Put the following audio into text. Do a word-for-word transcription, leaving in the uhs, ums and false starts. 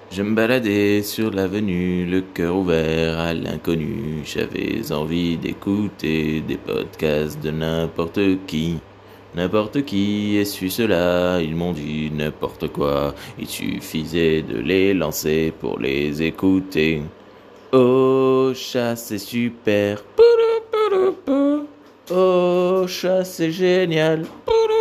Je me baladais sur l'avenue, le cœur ouvert à l'inconnu. J'avais envie d'écouter des podcasts de n'importe qui. N'importe qui, et su cela, ils m'ont dit n'importe quoi. Il suffisait de les lancer pour les écouter. Oh, chat, c'est super. Poudou, poudou, pou. Oh, chat, c'est génial. Poudou,